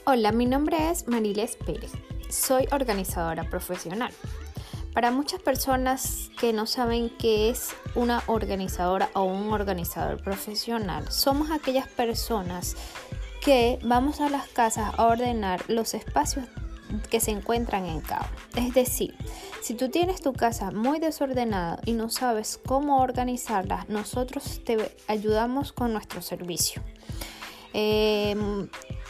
Hola, mi nombre es Mariles Pérez. Soy organizadora profesional. Para muchas personas que no saben qué es una organizadora o un organizador profesional, somos aquellas personas que vamos a las casas a ordenar los espacios que se encuentran en cada uno. Es decir, si tú tienes tu casa muy desordenada y no sabes cómo organizarla, nosotros te ayudamos con nuestro servicio.